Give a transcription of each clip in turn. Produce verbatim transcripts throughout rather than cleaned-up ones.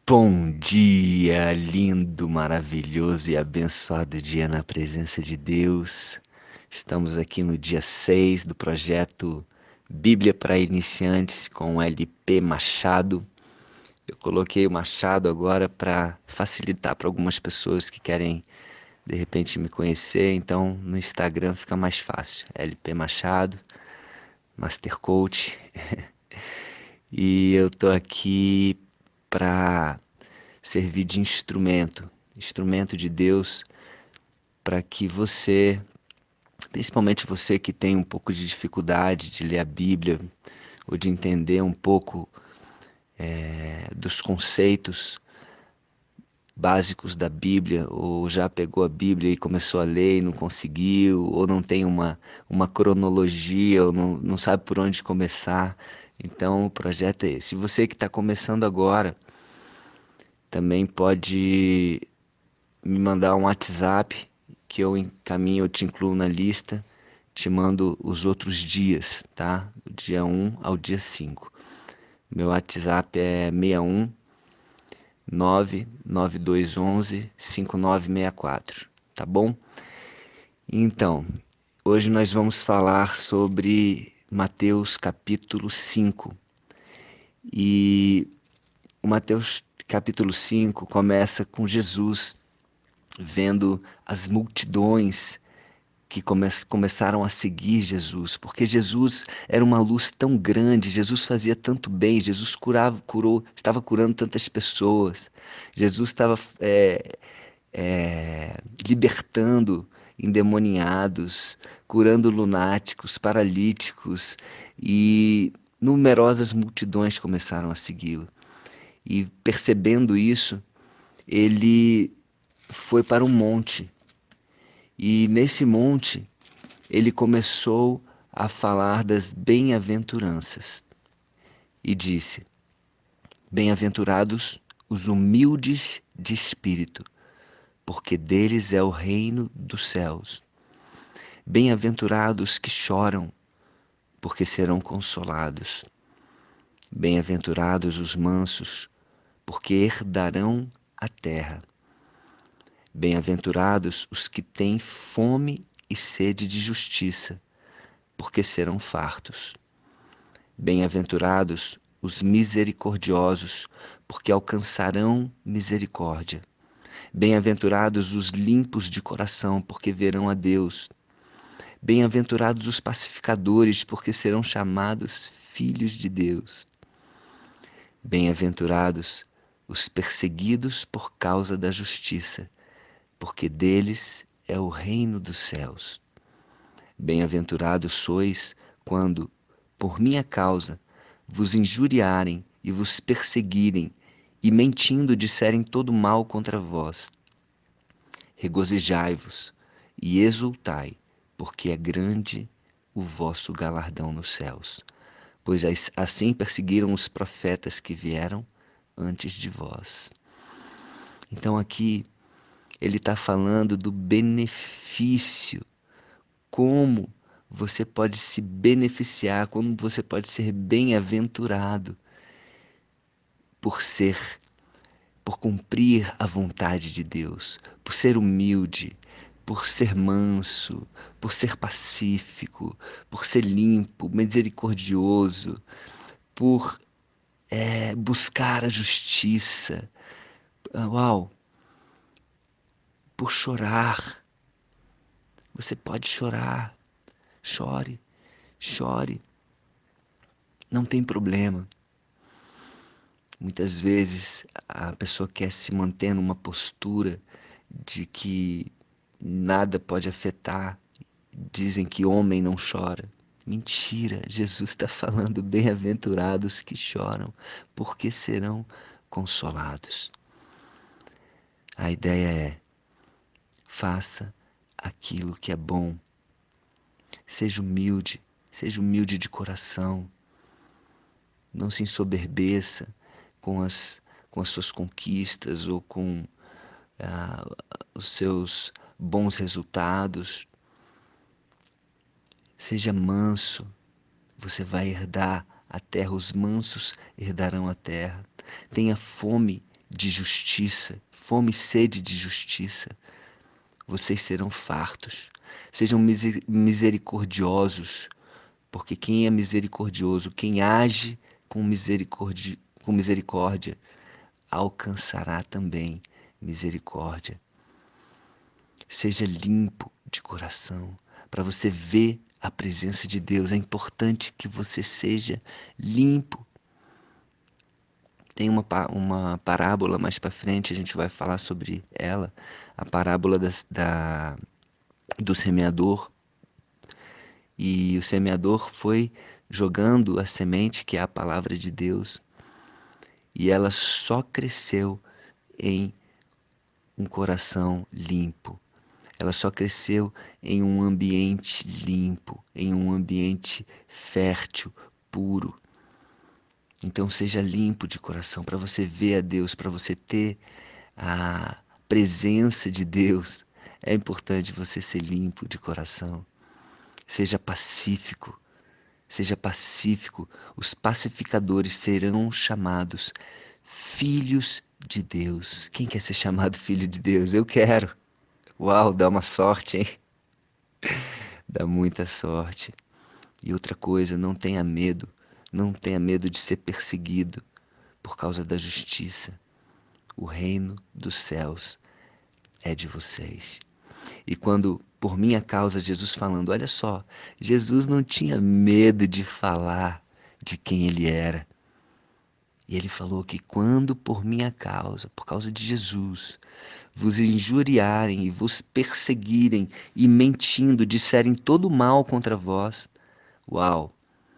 Bom dia, lindo, maravilhoso e abençoado dia na presença de Deus. Estamos aqui no dia seis do projeto Bíblia para Iniciantes com L P Machado. Eu coloquei o Machado agora para facilitar para algumas pessoas que querem de repente me conhecer, então no Instagram fica mais fácil. L P Machado, Master Coach. E eu tô aqui para servir de instrumento, instrumento de Deus, para que você, principalmente você que tem um pouco de dificuldade de ler a Bíblia ou de entender um pouco é, dos conceitos básicos da Bíblia, ou já pegou a Bíblia e começou a ler e não conseguiu, ou não tem uma, uma cronologia, ou não, não sabe por onde começar. Então, o projeto é esse. Você que está começando agora, também pode me mandar um WhatsApp que eu encaminho, eu te incluo na lista, te mando os outros dias, tá? Do dia um ao dia cinco. Meu WhatsApp é seis um nove nove dois um um cinco nove seis quatro, tá bom? Então, hoje nós vamos falar sobre Mateus capítulo cinco. E o Mateus capítulo cinco começa com Jesus vendo as multidões que come começaram a seguir Jesus, porque Jesus era uma luz tão grande, Jesus fazia tanto bem, Jesus curava, curou, estava curando tantas pessoas, Jesus estava é, é, libertando endemoniados, curando lunáticos, paralíticos, e numerosas multidões começaram a segui-lo. E percebendo isso, ele foi para um monte. E nesse monte, ele começou a falar das bem-aventuranças e disse: Bem-aventurados os humildes de espírito, porque deles é o reino dos céus. Bem-aventurados que choram, porque serão consolados. Bem-aventurados os mansos, porque herdarão a terra. Bem-aventurados os que têm fome e sede de justiça, porque serão fartos. Bem-aventurados os misericordiosos, porque alcançarão misericórdia. Bem-aventurados os limpos de coração, porque verão a Deus. Bem-aventurados os pacificadores, porque serão chamados filhos de Deus. Bem-aventurados os perseguidos por causa da justiça, porque deles é o reino dos céus. Bem-aventurados sois quando, por minha causa, vos injuriarem e vos perseguirem, e mentindo disserem todo mal contra vós. Regozijai-vos e exultai, porque é grande o vosso galardão nos céus. Pois assim perseguiram os profetas que vieram antes de vós. Então aqui ele está falando do benefício, como você pode se beneficiar, como você pode ser bem-aventurado por ser, por cumprir a vontade de Deus, por ser humilde, por ser manso, por ser pacífico, por ser limpo, misericordioso, por é, buscar a justiça. Uau! Por chorar. Você pode chorar. Chore, chore. Não tem problema. Muitas vezes a pessoa quer se manter numa postura de que nada pode afetar. Dizem que homem não chora. Mentira, Jesus está falando bem-aventurados que choram, porque serão consolados. A ideia é: faça aquilo que é bom. Seja humilde, seja humilde de coração. Não se ensoberbeça com as, com as suas conquistas ou com ah, os seus bons resultados. Seja manso, você vai herdar a terra, os mansos herdarão a terra. Tenha fome de justiça, fome e sede de justiça, vocês serão fartos. Sejam miser- misericordiosos, porque quem é misericordioso, quem age com misericórdia, com misericórdia, alcançará também misericórdia. Seja limpo de coração, para você ver a presença de Deus. É importante que você seja limpo. Tem uma, pa- uma parábola mais para frente, a gente vai falar sobre ela, a parábola das- da, do semeador. E o semeador foi jogando a semente, que é a palavra de Deus, e ela só cresceu em um coração limpo. Ela só cresceu em um ambiente limpo, em um ambiente fértil, puro. Então seja limpo de coração para você ver a Deus, para você ter a presença de Deus. É importante você ser limpo de coração. Seja pacífico, seja pacífico. Os pacificadores serão chamados filhos de Deus. Quem quer ser chamado filho de Deus? Eu quero. Uau, dá uma sorte, hein? Dá muita sorte. E outra coisa, não tenha medo. Não tenha medo de ser perseguido por causa da justiça. O reino dos céus é de vocês. E quando, por minha causa, Jesus falando, olha só, Jesus não tinha medo de falar de quem ele era. E ele falou que quando por minha causa, por causa de Jesus, vos injuriarem e vos perseguirem e mentindo disserem todo mal contra vós, uau,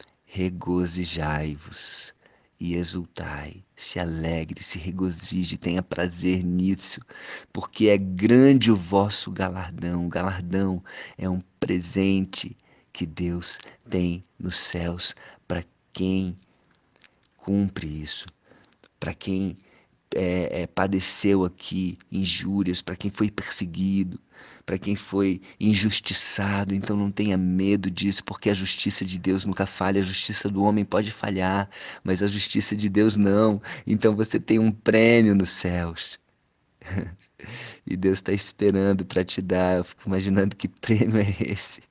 regozijai-vos e exultai, se alegre, se regozije, tenha prazer nisso, porque é grande o vosso galardão. O galardão é um presente que Deus tem nos céus para quem cumpre isso, para quem é, é, padeceu aqui injúrias, para quem foi perseguido, para quem foi injustiçado. Então não tenha medo disso, porque a justiça de Deus nunca falha. A justiça do homem pode falhar, mas a justiça de Deus não. Então você tem um prêmio nos céus. E Deus está esperando para te dar. Eu fico imaginando que prêmio é esse.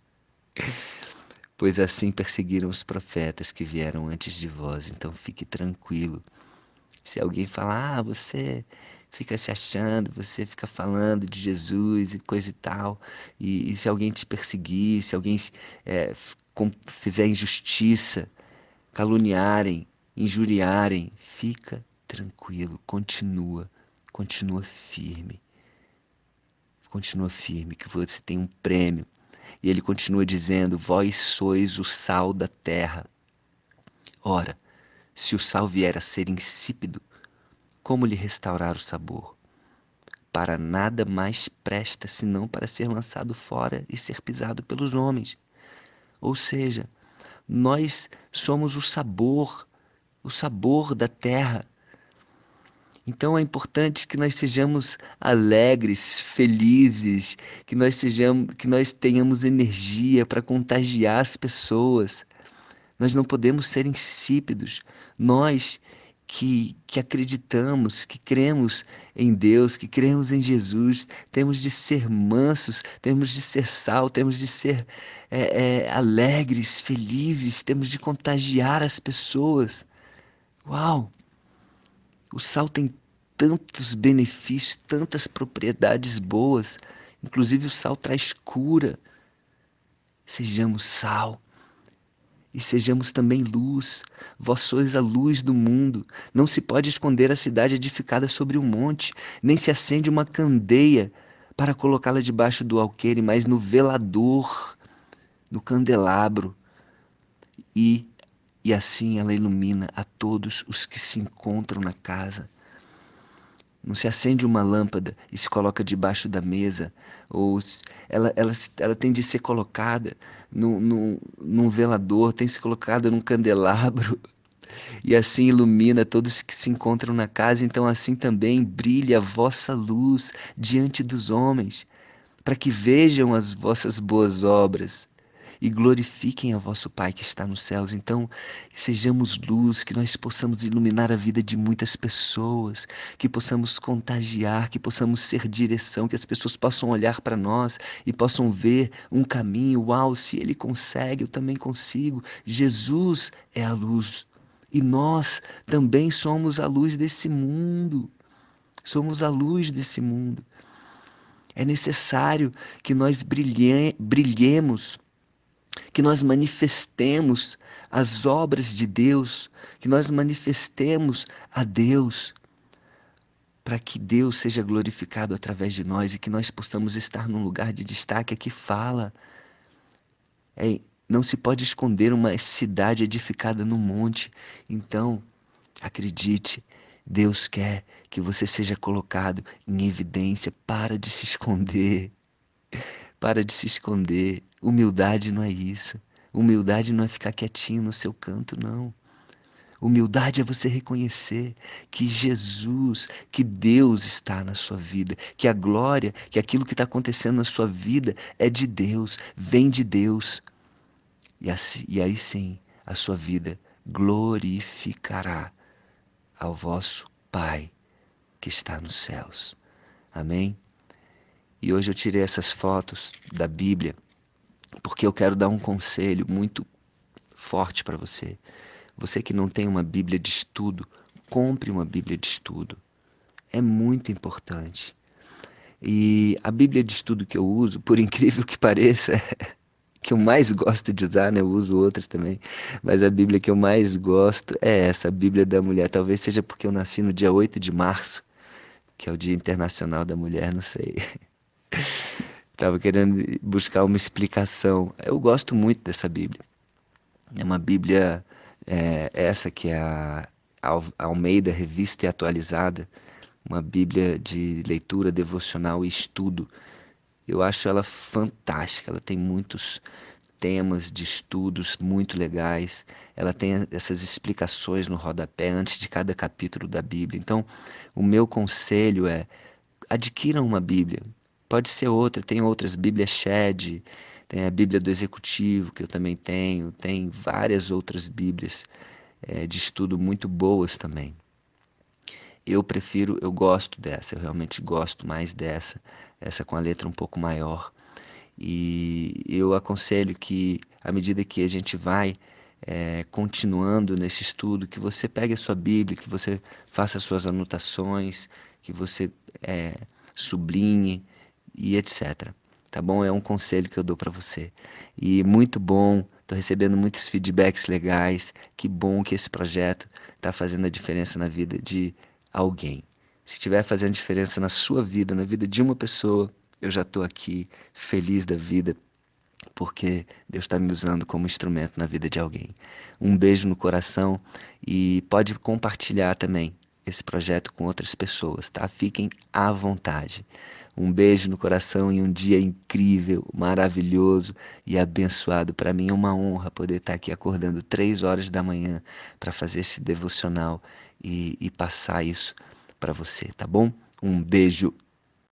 Pois assim perseguiram os profetas que vieram antes de vós. Então fique tranquilo. Se alguém falar, ah, você fica se achando, você fica falando de Jesus e coisa e tal, e, e se alguém te perseguir, se alguém é, f- com- fizer injustiça, caluniarem, injuriarem, fica tranquilo, continua, continua firme, continua firme, que você tem um prêmio. E ele continua dizendo: vós sois o sal da terra. Ora, se o sal vier a ser insípido, como lhe restaurar o sabor? Para nada mais presta senão para ser lançado fora e ser pisado pelos homens. Ou seja, nós somos o sabor, o sabor da terra. Então é importante que nós sejamos alegres, felizes, que nós sejamos, que nós tenhamos energia para contagiar as pessoas. Nós não podemos ser insípidos. Nós que, que acreditamos, que cremos em Deus, que cremos em Jesus, temos de ser mansos, temos de ser sal, temos de ser é, é, alegres, felizes, temos de contagiar as pessoas. Uau! O sal tem tantos benefícios, tantas propriedades boas. Inclusive o sal traz cura. Sejamos sal. E sejamos também luz. Vós sois a luz do mundo. Não se pode esconder a cidade edificada sobre um monte, nem se acende uma candeia para colocá-la debaixo do alqueire, mas no velador, no candelabro, e, e assim ela ilumina a todos os que se encontram na casa. Não se acende uma lâmpada e se coloca debaixo da mesa, ou s- ela, ela, s- ela tem de ser colocada num, num, num velador, tem de ser colocada num candelabro, e assim ilumina todos que se encontram na casa. Então assim também brilha a vossa luz diante dos homens, para que vejam as vossas boas obras e glorifiquem a vosso Pai que está nos céus. Então, sejamos luz, que nós possamos iluminar a vida de muitas pessoas, que possamos contagiar, que possamos ser direção, que as pessoas possam olhar para nós e possam ver um caminho. Uau, se ele consegue, eu também consigo. Jesus é a luz. E nós também somos a luz desse mundo. Somos a luz desse mundo. É necessário que nós brilhe- brilhemos, que nós manifestemos as obras de Deus, que nós manifestemos a Deus, para que Deus seja glorificado através de nós e que nós possamos estar num lugar de destaque. Aqui fala, é, não se pode esconder uma cidade edificada no monte. Então, acredite, Deus quer que você seja colocado em evidência. Para de se esconder. Para de se esconder. Humildade não é isso. Humildade não é ficar quietinho no seu canto, não. Humildade é você reconhecer que Jesus, que Deus está na sua vida, que a glória, que aquilo que está acontecendo na sua vida é de Deus, vem de Deus. E, assim, e aí sim, a sua vida glorificará ao vosso Pai que está nos céus. Amém? E hoje eu tirei essas fotos da Bíblia porque eu quero dar um conselho muito forte para você. Você que não tem uma Bíblia de estudo, compre uma Bíblia de estudo. É muito importante. E a Bíblia de estudo que eu uso, por incrível que pareça, que eu mais gosto de usar, né? Eu uso outras também, mas a Bíblia que eu mais gosto é essa, a Bíblia da Mulher. Talvez seja porque eu nasci no dia oito de março, que é o Dia Internacional da Mulher, não sei. Tava querendo buscar uma explicação. Eu gosto muito dessa Bíblia. É uma Bíblia, é, essa que é a Al- Almeida Revista e Atualizada, uma Bíblia de leitura devocional e estudo. Eu acho ela fantástica. Ela tem muitos temas de estudos muito legais. Ela tem essas explicações no rodapé antes de cada capítulo da Bíblia. Então, o meu conselho é: adquiram uma Bíblia. Pode ser outra, tem outras, Bíblia Shed, tem a Bíblia do Executivo, que eu também tenho, tem várias outras Bíblias eh, de estudo muito boas também. Eu prefiro, eu gosto dessa, eu realmente gosto mais dessa, essa com a letra um pouco maior. E eu aconselho que, à medida que a gente vai eh, continuando nesse estudo, que você pegue a sua Bíblia, que você faça suas anotações, que você eh, sublinhe e etcétera. Tá bom? É um conselho que eu dou para você. E muito bom, estou recebendo muitos feedbacks legais. Que bom que esse projeto está fazendo a diferença na vida de alguém. Se estiver fazendo diferença na sua vida, na vida de uma pessoa, eu já estou aqui feliz da vida, porque Deus está me usando como instrumento na vida de alguém. Um beijo no coração e pode compartilhar também esse projeto com outras pessoas, tá? Fiquem à vontade. Um beijo no coração e um dia incrível, maravilhoso e abençoado. Para mim é uma honra poder estar aqui acordando três horas da manhã para fazer esse devocional e, e passar isso para você, tá bom? Um beijo